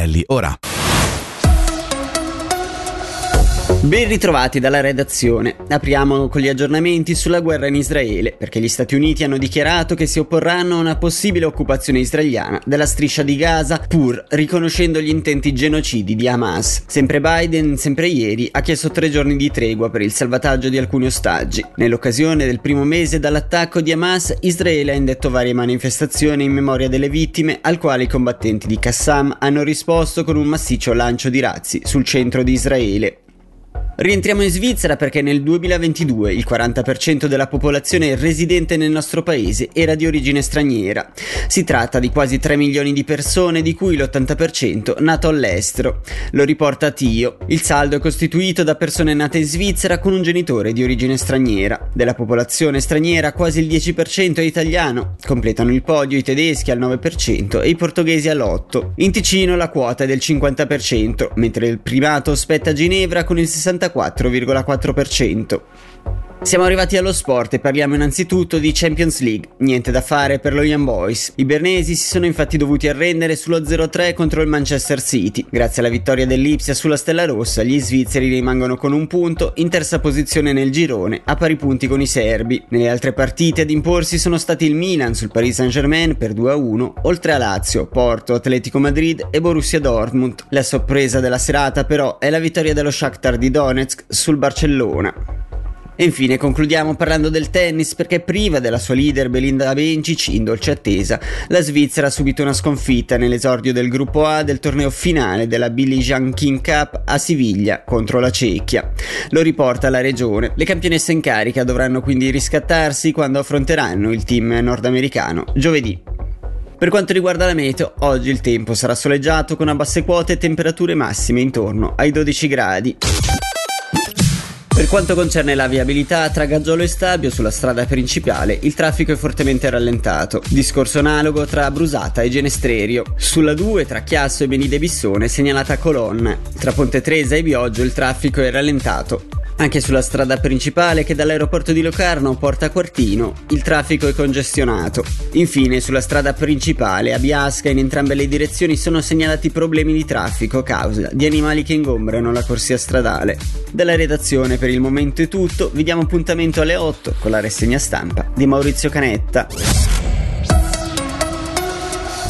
Antonelli, ora. Ben ritrovati dalla redazione. Apriamo con gli aggiornamenti sulla guerra in Israele, perché gli Stati Uniti hanno dichiarato che si opporranno a una possibile occupazione israeliana della striscia di Gaza, pur riconoscendo gli intenti genocidi di Hamas. Sempre Biden, sempre ieri, ha chiesto 3 giorni di tregua per il salvataggio di alcuni ostaggi. Nell'occasione del primo mese dall'attacco di Hamas, Israele ha indetto varie manifestazioni in memoria delle vittime, al quale i combattenti di Qassam hanno risposto con un massiccio lancio di razzi sul centro di Israele. Rientriamo in Svizzera perché nel 2022 il 40% della popolazione residente nel nostro paese era di origine straniera. Si tratta di quasi 3 milioni di persone, di cui l'80% nato all'estero. Lo riporta TIO. Il saldo è costituito da persone nate in Svizzera con un genitore di origine straniera. Della popolazione straniera quasi il 10% è italiano. Completano il podio i tedeschi al 9% e i portoghesi all'8%. In Ticino la quota è del 50%, mentre il primato spetta a Ginevra con il 64,4%. Siamo arrivati allo sport e parliamo innanzitutto di Champions League. Niente da fare per lo Young Boys. I bernesi si sono infatti dovuti arrendere sullo 0-3 contro il Manchester City. Grazie alla vittoria dell'Ipsia sulla Stella Rossa, gli svizzeri rimangono con un punto in terza posizione nel girone, a pari punti con i serbi. Nelle altre partite ad imporsi sono stati il Milan sul Paris Saint-Germain per 2-1, oltre a Lazio, Porto, Atletico Madrid e Borussia Dortmund. La sorpresa della serata però è la vittoria dello Shakhtar di Donetsk sul Barcellona. E infine concludiamo parlando del tennis, perché priva della sua leader Belinda Bencic, in dolce attesa, la Svizzera ha subito una sconfitta nell'esordio del gruppo A del torneo finale della Billie Jean King Cup a Siviglia contro la Cecchia. Lo riporta la regione. Le campionesse in carica dovranno quindi riscattarsi quando affronteranno il team nordamericano giovedì. Per quanto riguarda la meteo, oggi il tempo sarà soleggiato con a basse quote e temperature massime intorno ai 12 gradi. Per quanto concerne la viabilità tra Gaggiolo e Stabio sulla strada principale, il traffico è fortemente rallentato. Discorso analogo tra Brusata e Genestrerio. Sulla 2 tra Chiasso e Benide Bissone segnalata colonna. Tra Ponte Tresa e Bioggio il traffico è rallentato. Anche sulla strada principale che dall'aeroporto di Locarno porta a Quartino, il traffico è congestionato. Infine, sulla strada principale a Biasca in entrambe le direzioni sono segnalati problemi di traffico a causa di animali che ingombrano la corsia stradale. Dalla redazione per il momento è tutto, vi diamo appuntamento alle 8 con la rassegna stampa di Maurizio Canetta.